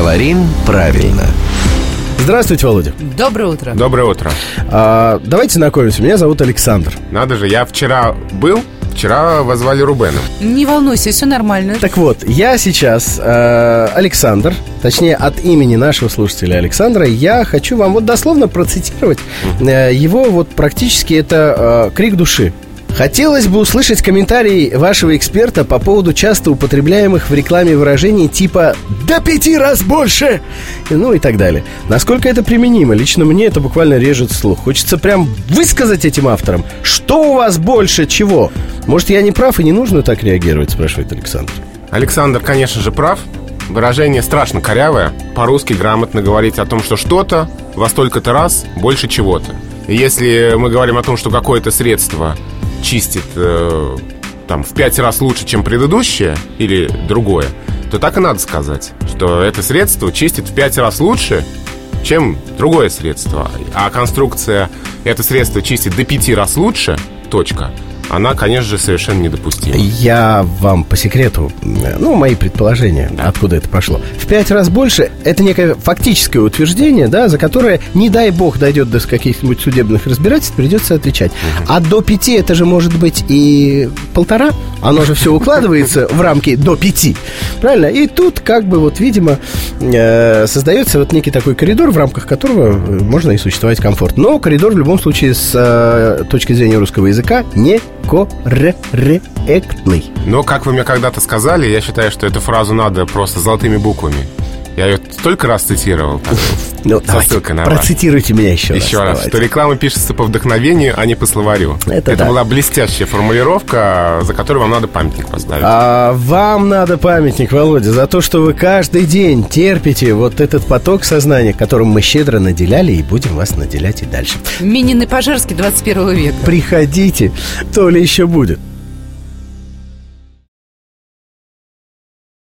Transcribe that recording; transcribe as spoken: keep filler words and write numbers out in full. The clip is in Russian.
Говорим правильно. Здравствуйте, Володя. Доброе утро. Доброе утро. а, Давайте знакомимся, меня зовут Александр. Надо же, я вчера был, вчера вас звали Рубеном. Не волнуйся, все нормально. Так вот, я сейчас э, Александр, точнее от имени нашего слушателя Александра, я хочу вам вот дословно процитировать э, его вот практически это э, крик души. Хотелось бы услышать комментарий вашего эксперта по поводу часто употребляемых в рекламе выражений типа «до пяти раз больше!» ну и так далее. Насколько это применимо? Лично мне это буквально режет слух. Хочется прям высказать этим авторам, что у вас больше чего. Может, я не прав и не нужно так реагировать, спрашивает Александр. Александр, конечно же, прав. Выражение страшно корявое. По-русски грамотно говорить о том, что что-то во столько-то раз больше чего-то. И если мы говорим о том, что какое-то средство чистит э, там, в пять раз лучше, чем предыдущее или другое, то так и надо сказать, что это средство чистит в пять раз лучше, чем другое средство. А конструкция «это средство чистит до пяти раз лучше», точка, она, конечно же, совершенно недопустима. Я вам по секрету, ну, мои предположения, да. Откуда это пошло. В пять раз больше – это некое фактическое утверждение, да, за которое, не дай бог, дойдет до каких-нибудь судебных разбирательств, придется отвечать. Угу. А до пяти это же может быть и полтора. Оно же все укладывается в рамки до пяти. Правильно? И тут, как бы, вот, видимо, создается вот некий такой коридор, в рамках которого можно и существовать комфортно. Но коридор, в любом случае, с точки зрения русского языка, не корректный. Но, как вы мне когда-то сказали, я считаю, что эту фразу надо просто золотыми буквами. Я ее столько раз цитировал. Ну, давайте, процитируйте меня еще, еще раз. раз. Давайте. Что реклама пишется по вдохновению, а не по словарю. Это, Это да. была блестящая формулировка, за которую вам надо памятник поставить. А вам надо памятник, Володя, за то, что вы каждый день терпите вот этот поток сознания, которым мы щедро наделяли и будем вас наделять и дальше. Минин и Пожарский двадцать первого века. Приходите, то ли еще будет.